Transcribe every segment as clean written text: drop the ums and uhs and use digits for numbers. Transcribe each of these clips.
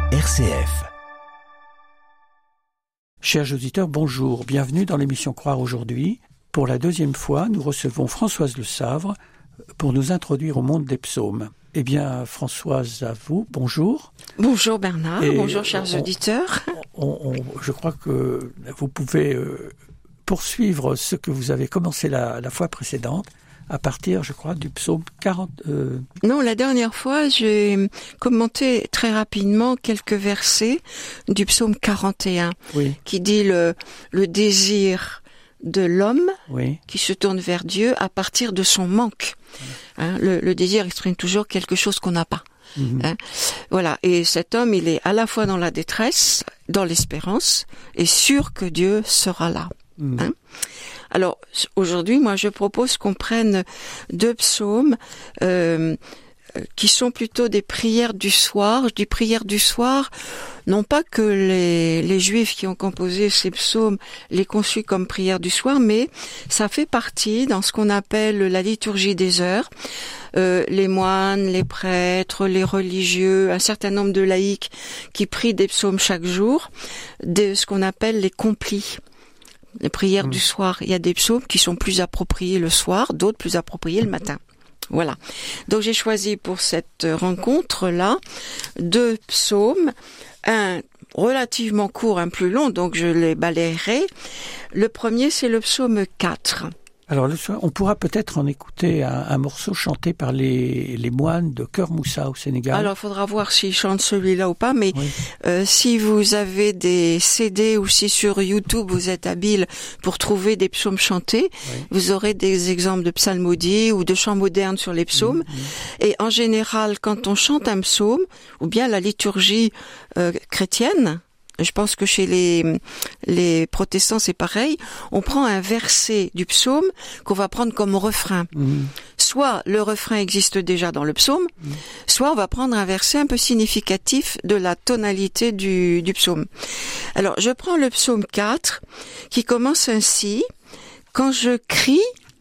RCF. Chers auditeurs, bonjour. Bienvenue dans l'émission Croire aujourd'hui. Pour la deuxième fois, nous recevons Françoise Le Savre pour nous introduire au monde des psaumes. Eh bien, Françoise, à vous, bonjour. Bonjour Bernard, bonjour chers auditeurs. Je crois que vous pouvez poursuivre ce que vous avez commencé la fois précédente, à partir, je crois, du psaume 40... Non, la dernière fois, j'ai commenté très rapidement quelques versets du psaume 41, oui, qui dit le désir de l'homme, oui, qui se tourne vers Dieu à partir de son manque. Hein, le désir exprime toujours quelque chose qu'on n'a pas. Mmh. Hein, voilà. Et cet homme, il est à la fois dans la détresse, dans l'espérance, et sûr que Dieu sera là. Mmh. Hein. Alors, aujourd'hui, moi, je propose qu'on prenne deux psaumes qui sont plutôt des prières du soir. Je dis prières du soir, non pas que les Juifs qui ont composé ces psaumes les conçus comme prières du soir, mais ça fait partie dans ce qu'on appelle la liturgie des heures. Les moines, les prêtres, les religieux, un certain nombre de laïcs qui prient des psaumes chaque jour, de ce qu'on appelle les complis. Les prières du soir. Il y a des psaumes qui sont plus appropriés le soir, d'autres plus appropriés le matin. Voilà. Donc j'ai choisi pour cette rencontre-là deux psaumes, un relativement court, un plus long, donc je les balayerai. Le premier, c'est le psaume 4. Alors, on pourra peut-être en écouter un morceau chanté par les moines de Cœur Moussa au Sénégal. Alors, il faudra voir s'ils chantent celui-là ou pas, mais oui, si vous avez des CD ou si sur YouTube vous êtes habile pour trouver des psaumes chantés, oui, vous aurez des exemples de psalmodies ou de chants modernes sur les psaumes. Et en général, quand on chante un psaume, ou bien la liturgie chrétienne, je pense que chez les protestants c'est pareil, on prend un verset du psaume qu'on va prendre comme refrain. Soit le refrain existe déjà dans le psaume, soit on va prendre un verset un peu significatif de la tonalité du psaume. Alors je prends le psaume 4 qui commence ainsi: quand je crie,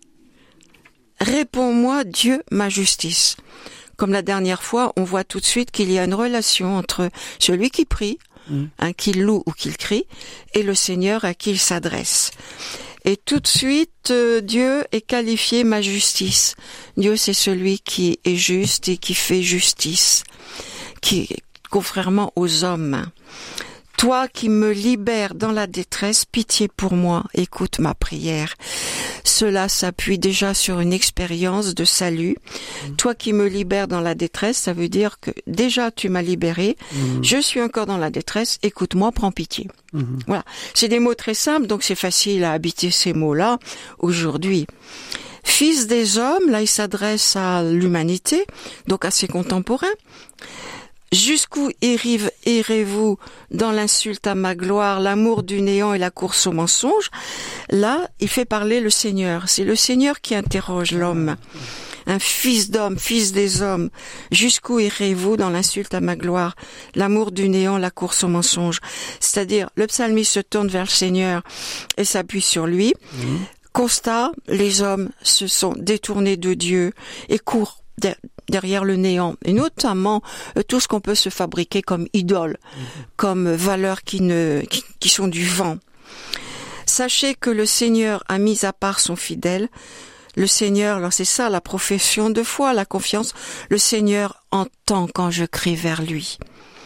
réponds-moi Dieu ma justice. Comme la dernière fois, on voit tout de suite qu'il y a une relation entre celui qui prie, qu'il loue ou qu'il crie, et le Seigneur à qui il s'adresse. Et tout de suite, Dieu est qualifié ma justice. Dieu, c'est celui qui est juste et qui fait justice, contrairement aux hommes. Toi qui me libères dans la détresse, pitié pour moi, écoute ma prière. Cela s'appuie déjà sur une expérience de salut. Toi qui me libères dans la détresse, ça veut dire que déjà tu m'as libéré, je suis encore dans la détresse, écoute-moi, prends pitié. Voilà, c'est des mots très simples, donc c'est facile à habiter ces mots-là aujourd'hui. Fils des hommes, là il s'adresse à l'humanité, donc à ses contemporains. Jusqu'où irez-vous dans l'insulte à ma gloire, l'amour du néant et la course au mensonge? Là, il fait parler le Seigneur. C'est le Seigneur qui interroge l'homme. Un fils d'homme, fils des hommes. Jusqu'où irez-vous dans l'insulte à ma gloire, l'amour du néant, la course au mensonge? C'est-à-dire, le psalmiste se tourne vers le Seigneur et s'appuie sur lui. Constat, les hommes se sont détournés de Dieu et courent derrière le néant, et notamment tout ce qu'on peut se fabriquer comme idole, comme valeurs qui sont du vent. Sachez que le Seigneur a mis à part son fidèle. Le Seigneur, alors c'est ça la profession de foi, la confiance, le Seigneur entend quand je crie vers lui.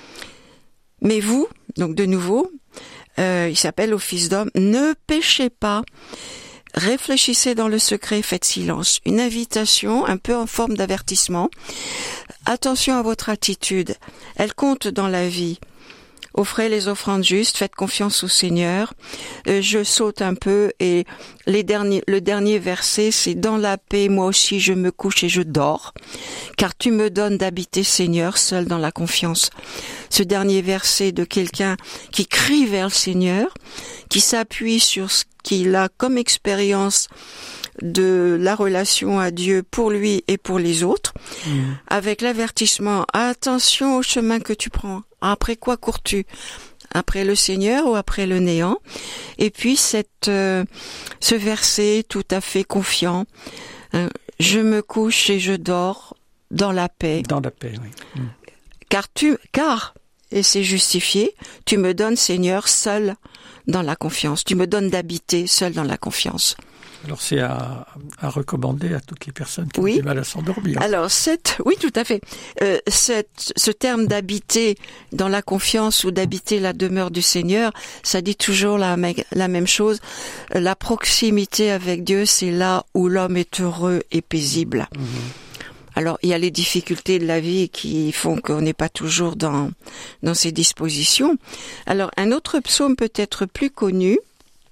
Mais vous, donc de nouveau, il s'appelle au Fils d'homme, ne péchez pas. Réfléchissez dans le secret, faites silence. Une invitation, un peu en forme d'avertissement. Attention à votre attitude. Elle compte dans la vie. Offrez les offrandes justes, faites confiance au Seigneur. Je saute un peu et le dernier verset, c'est: dans la paix, moi aussi je me couche et je dors, car tu me donnes d'habiter, Seigneur, seul dans la confiance. Ce dernier verset de quelqu'un qui crie vers le Seigneur, qui s'appuie sur ce qu'il a comme expérience de la relation à Dieu pour lui et pour les autres, avec l'avertissement: attention au chemin que tu prends. Après quoi cours-tu? Après le Seigneur ou après le néant? Et puis ce verset tout à fait confiant: je me couche et je dors dans la paix. Dans la paix, oui. Car et c'est justifié. Tu me donnes, Seigneur, seul dans la confiance. Tu me donnes d'habiter seul dans la confiance. Alors c'est à recommander à toutes les personnes qui ont du mal à s'endormir. Alors oui, tout à fait. Ce terme d'habiter dans la confiance ou d'habiter la demeure du Seigneur, ça dit toujours la même chose. La proximité avec Dieu, c'est là où l'homme est heureux et paisible. Mmh. Alors, il y a les difficultés de la vie qui font qu'on n'est pas toujours dans ces dispositions. Alors, un autre psaume peut-être plus connu,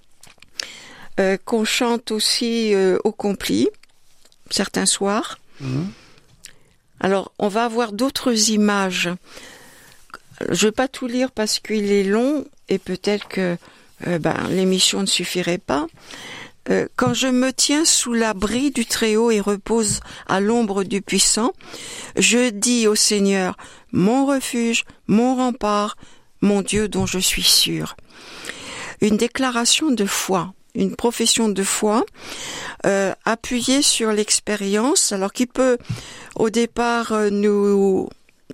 qu'on chante aussi au complis, certains soirs. Mmh. Alors, on va avoir d'autres images. Je vais pas tout lire parce qu'il est long et peut-être que l'émission ne suffirait pas. Quand je me tiens sous l'abri du Très-Haut et repose à l'ombre du Puissant, je dis au Seigneur, mon refuge, mon rempart, mon Dieu dont je suis sûr. Une déclaration de foi. Une profession de foi appuyée sur l'expérience, alors qui peut au départ nous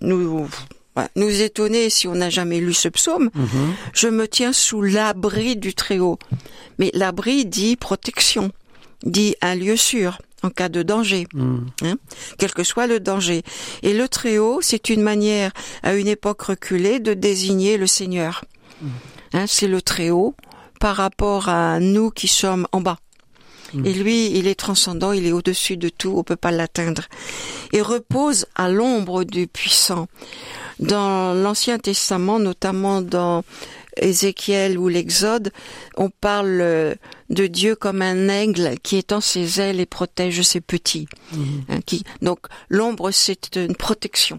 étonner si on n'a jamais lu ce psaume. Mm-hmm. Je me tiens sous l'abri du Très-Haut. Mais l'abri dit protection, dit un lieu sûr en cas de danger, quel que soit le danger. Et le Très-Haut, c'est une manière, à une époque reculée, de désigner le Seigneur. C'est le Très-Haut par rapport à nous qui sommes en bas. Et lui, il est transcendant, il est au-dessus de tout, on peut pas l'atteindre. Et repose à l'ombre du Puissant. Dans l'Ancien Testament, notamment dans Ézéchiel ou l'Exode, on parle de Dieu comme un aigle qui étend ses ailes et protège ses petits. Donc, l'ombre, c'est une protection.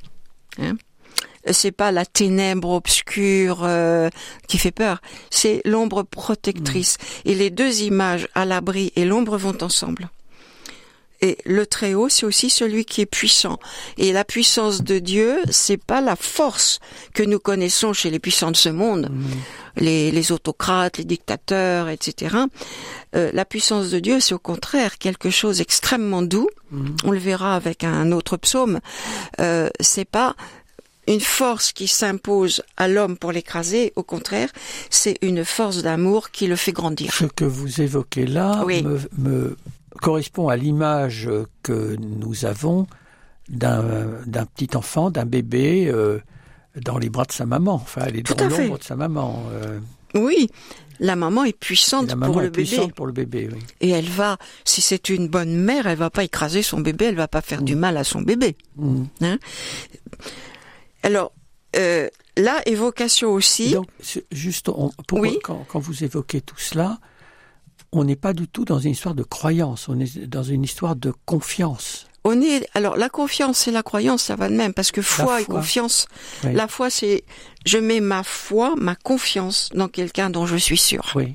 C'est pas la ténèbre obscure qui fait peur, c'est l'ombre protectrice. Et les deux images, à l'abri et l'ombre, vont ensemble. Et le Très-Haut, c'est aussi celui qui est puissant. Et la puissance de Dieu, c'est pas la force que nous connaissons chez les puissants de ce monde, les autocrates, les dictateurs, etc. La puissance de Dieu, c'est au contraire quelque chose d'extrêmement doux. On le verra avec un autre psaume. C'est pas une force qui s'impose à l'homme pour l'écraser, au contraire, c'est une force d'amour qui le fait grandir. Ce que vous évoquez là me correspond à l'image que nous avons d'un petit enfant, d'un bébé dans les bras de sa maman. Enfin, elle est dans l'ombre de sa maman. Oui, la maman est puissante pour le bébé. Pour le bébé, oui. Et elle va, si c'est une bonne mère, elle va pas écraser son bébé, elle va pas faire du mal à son bébé. Alors, là, évocation aussi. Donc, juste, quand vous évoquez tout cela, on n'est pas du tout dans une histoire de croyance, on est dans une histoire de confiance. Alors, la confiance et la croyance, ça va de même, parce que foi et confiance, la foi, c'est, je mets ma foi, ma confiance dans quelqu'un dont je suis sûr. Oui.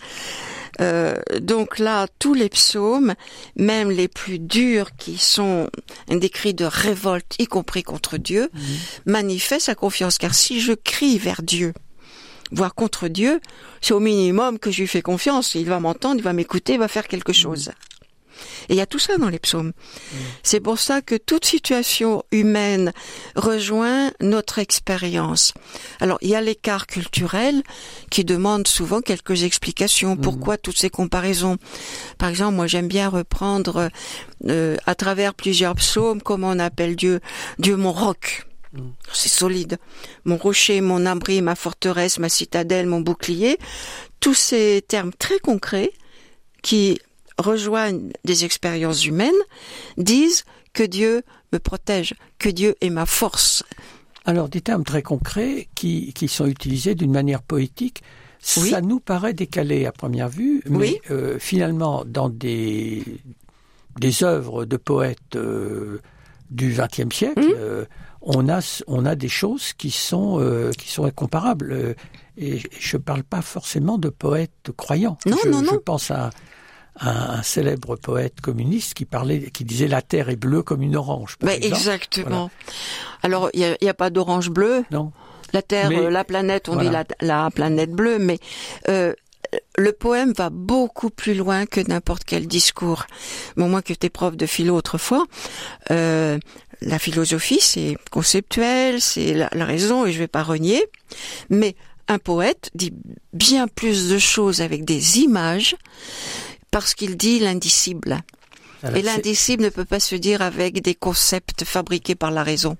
Donc là, tous les psaumes, même les plus durs qui sont des cris de révolte, y compris contre Dieu, manifestent sa confiance. Car si je crie vers Dieu, voire contre Dieu, c'est au minimum que je lui fais confiance. Il va m'entendre, il va m'écouter, il va faire quelque chose. Et il y a tout ça dans les psaumes. C'est pour ça que toute situation humaine rejoint notre expérience. Alors, il y a l'écart culturel qui demande souvent quelques explications. Pourquoi toutes ces comparaisons? Par exemple, moi, j'aime bien reprendre à travers plusieurs psaumes comment on appelle Dieu. Dieu, mon roc. C'est solide. Mon rocher, mon abri, ma forteresse, ma citadelle, mon bouclier. Tous ces termes très concrets qui rejoignent des expériences humaines, disent que Dieu me protège, que Dieu est ma force. Alors, des termes très concrets qui sont utilisés d'une manière poétique, ça nous paraît décalé à première vue, mais finalement, dans des œuvres de poètes du XXe siècle, on a des choses qui sont incomparables. Et je ne parle pas forcément de poètes croyants. Je pense à un célèbre poète communiste qui disait la terre est bleue comme une orange. Exactement. Voilà. Alors il y a pas d'orange bleue. Non. La terre, la planète, on dit la planète bleue, mais le poème va beaucoup plus loin que n'importe quel discours. Bon, moi qui étais prof de philo autrefois, la philosophie, c'est conceptuel, c'est la raison, et je vais pas renier. Mais un poète dit bien plus de choses avec des images, parce qu'il dit l'indicible. Alors, et l'indicible ne peut pas se dire avec des concepts fabriqués par la raison.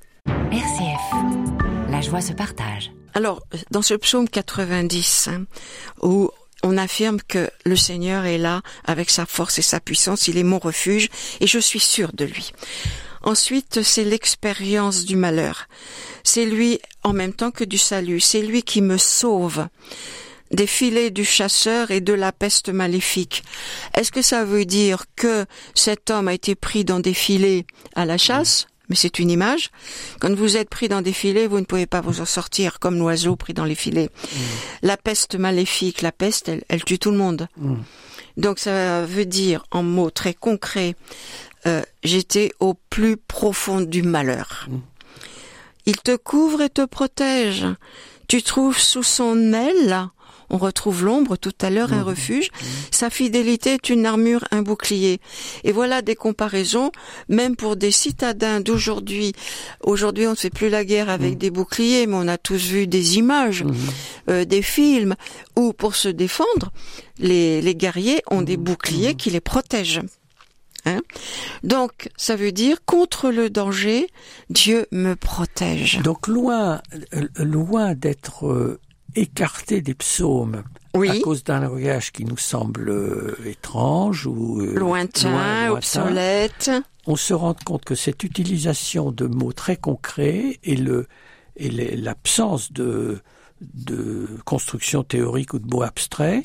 RCF, la joie se partage. Alors, dans ce psaume 90, où on affirme que le Seigneur est là avec sa force et sa puissance, il est mon refuge et je suis sûr de lui. Ensuite, c'est l'expérience du malheur. C'est lui en même temps que du salut. C'est lui qui me sauve des filets du chasseur et de la peste maléfique. Est-ce que ça veut dire que cet homme a été pris dans des filets à la chasse ? Mais c'est une image. Quand vous êtes pris dans des filets, vous ne pouvez pas vous en sortir comme l'oiseau pris dans les filets. La peste maléfique, la peste, elle tue tout le monde. Donc ça veut dire, en mots très concrets, j'étais au plus profond du malheur. Il te couvre et te protège. Tu trouves sous son aile, on retrouve l'ombre tout à l'heure, un refuge. Sa fidélité est une armure, un bouclier. Et voilà des comparaisons, même pour des citadins d'aujourd'hui. Aujourd'hui, on ne fait plus la guerre avec des boucliers, mais on a tous vu des images, des films, où pour se défendre, les guerriers ont des boucliers qui les protègent. Donc, ça veut dire, contre le danger, Dieu me protège. Donc, loin d'être écarté des psaumes à cause d'un langage qui nous semble étrange ou lointain, obsolète, on se rend compte que cette utilisation de mots très concrets et l'absence de construction théorique ou de mots abstraits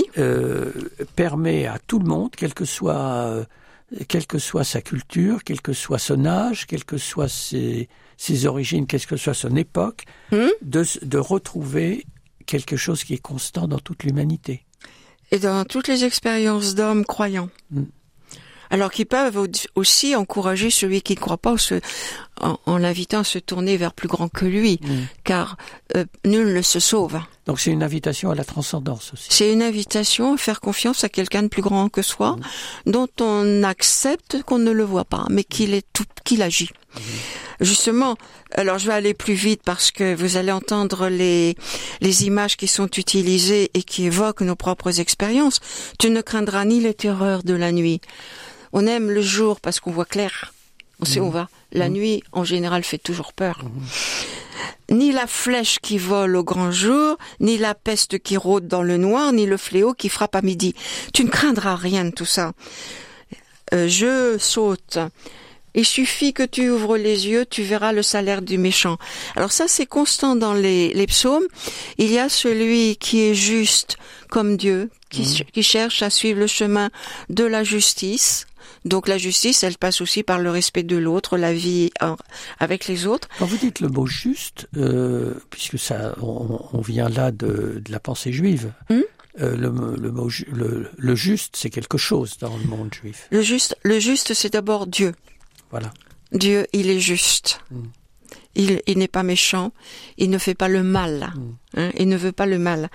permet à tout le monde, quelle que soit sa culture, quel que soit son âge, quelles que soient ses origines, quelle que soit son époque, de retrouver quelque chose qui est constant dans toute l'humanité. Et dans toutes les expériences d'hommes croyants. Alors qu'ils peuvent aussi encourager celui qui ne croit pas en l'invitant à se tourner vers plus grand que lui, car nul ne se sauve. Donc c'est une invitation à la transcendance aussi. C'est une invitation à faire confiance à quelqu'un de plus grand que soi, dont on accepte qu'on ne le voit pas, mais qu'il agit. Justement, alors je vais aller plus vite parce que vous allez entendre les images qui sont utilisées et qui évoquent nos propres expériences. Tu ne craindras ni les terreurs de la nuit. On aime le jour parce qu'on voit clair. On sait où on va. La nuit, en général, fait toujours peur. Ni la flèche qui vole au grand jour, ni la peste qui rôde dans le noir, ni le fléau qui frappe à midi. Tu ne craindras rien de tout ça. Je saute. Il suffit que tu ouvres les yeux, tu verras le salaire du méchant. Alors ça, c'est constant dans les psaumes. Il y a celui qui est juste comme Dieu, qui cherche à suivre le chemin de la justice. Donc la justice, elle passe aussi par le respect de l'autre, la vie avec les autres. Quand vous dites le mot juste, puisque ça, on vient là de la pensée juive, le mot le juste, c'est quelque chose dans le monde juif. Le juste, c'est d'abord Dieu. Voilà. Dieu, il est juste. Il n'est pas méchant. Il ne fait pas le mal. Il ne veut pas le mal.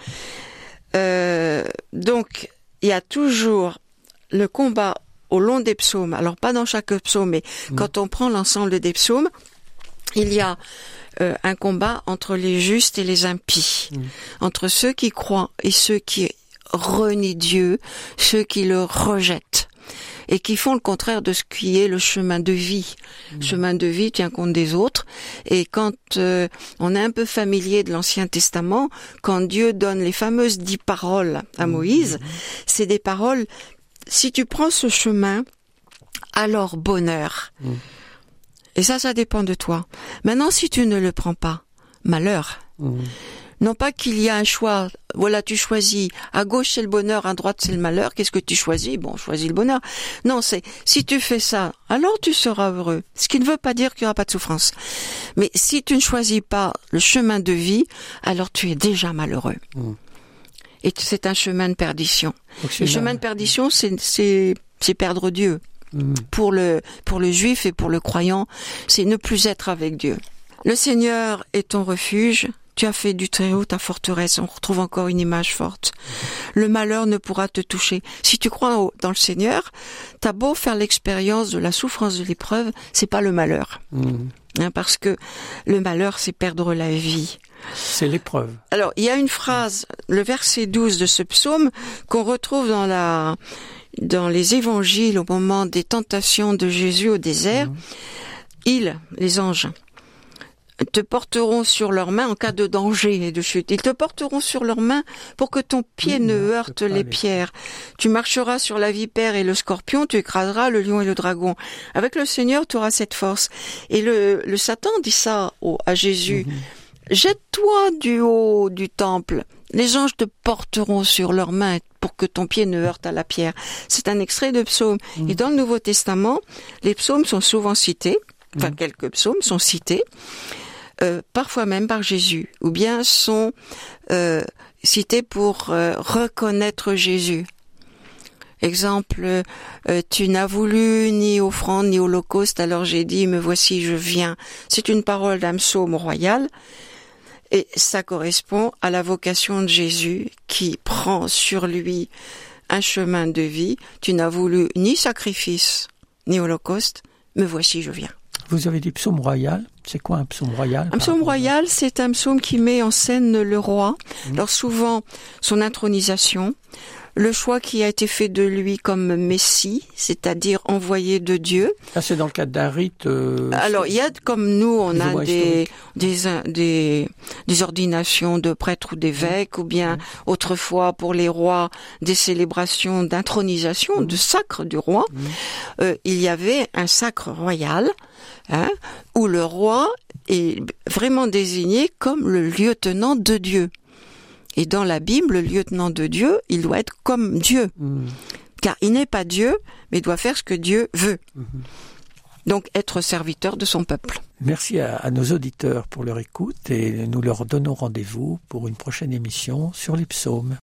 Donc, il y a toujours le combat au long des psaumes. Alors, pas dans chaque psaume, mais quand on prend l'ensemble des psaumes, il y a un combat entre les justes et les impies. Entre ceux qui croient et ceux qui renient Dieu, ceux qui le rejettent. Et qui font le contraire de ce qui est le chemin de vie. Le chemin de vie tient compte des autres. Et quand on est un peu familier de l'Ancien Testament, quand Dieu donne les fameuses 10 paroles à Moïse, c'est des paroles, si tu prends ce chemin, alors bonheur. Et ça dépend de toi. Maintenant, si tu ne le prends pas, malheur. Non pas qu'il y a un choix, voilà, tu choisis, à gauche c'est le bonheur, à droite c'est le malheur, qu'est-ce que tu choisis? Bon, choisis le bonheur. Non, c'est, si tu fais ça, alors tu seras heureux. Ce qui ne veut pas dire qu'il n'y aura pas de souffrance. Mais si tu ne choisis pas le chemin de vie, alors tu es déjà malheureux. Et c'est un chemin de perdition. Le chemin de perdition, c'est perdre Dieu. Pour le juif et pour le croyant, c'est ne plus être avec Dieu. Le Seigneur est ton refuge. Tu as fait du Très-Haut ta forteresse. On retrouve encore une image forte. Le malheur ne pourra te toucher. Si tu crois dans le Seigneur, t'as beau faire l'expérience de la souffrance de l'épreuve, c'est pas le malheur. Parce que le malheur, c'est perdre la vie. C'est l'épreuve. Alors, il y a une phrase, le verset 12 de ce psaume, qu'on retrouve dans les évangiles au moment des tentations de Jésus au désert. Les anges, te porteront sur leurs mains en cas de danger et de chute. Ils te porteront sur leurs mains pour que ton pied ne heurte les pierres. Tu marcheras sur la vipère et le scorpion, tu écraseras le lion et le dragon. Avec le Seigneur, tu auras cette force. Et le Satan dit ça à Jésus. Jette-toi du haut du temple. Les anges te porteront sur leurs mains pour que ton pied ne heurte à la pierre. C'est un extrait de psaume. Et dans le Nouveau Testament, les psaumes sont souvent cités. Enfin, quelques psaumes sont cités. Parfois même par Jésus, ou bien sont cités pour reconnaître Jésus. Exemple, tu n'as voulu ni offrande ni holocauste, alors j'ai dit, me voici, je viens. C'est une parole d'un psaume royal, et ça correspond à la vocation de Jésus qui prend sur lui un chemin de vie. Tu n'as voulu ni sacrifice ni holocauste, me voici, je viens. Vous avez dit psaume royal. C'est quoi un psaume royal? Un psaume royal, c'est un psaume qui met en scène le roi. Alors souvent, son intronisation, le choix qui a été fait de lui comme Messie, c'est-à-dire envoyé de Dieu. Là, c'est dans le cadre d'un rite. Alors, il y a comme nous, on a des ordinations de prêtres ou d'évêques, ou bien autrefois pour les rois des célébrations d'intronisation, de sacre du roi. Il y avait un sacre royal. Où le roi est vraiment désigné comme le lieutenant de Dieu. Et dans la Bible, le lieutenant de Dieu, il doit être comme Dieu. Car il n'est pas Dieu, mais il doit faire ce que Dieu veut. Donc être serviteur de son peuple. Merci à nos auditeurs pour leur écoute et nous leur donnons rendez-vous pour une prochaine émission sur les psaumes.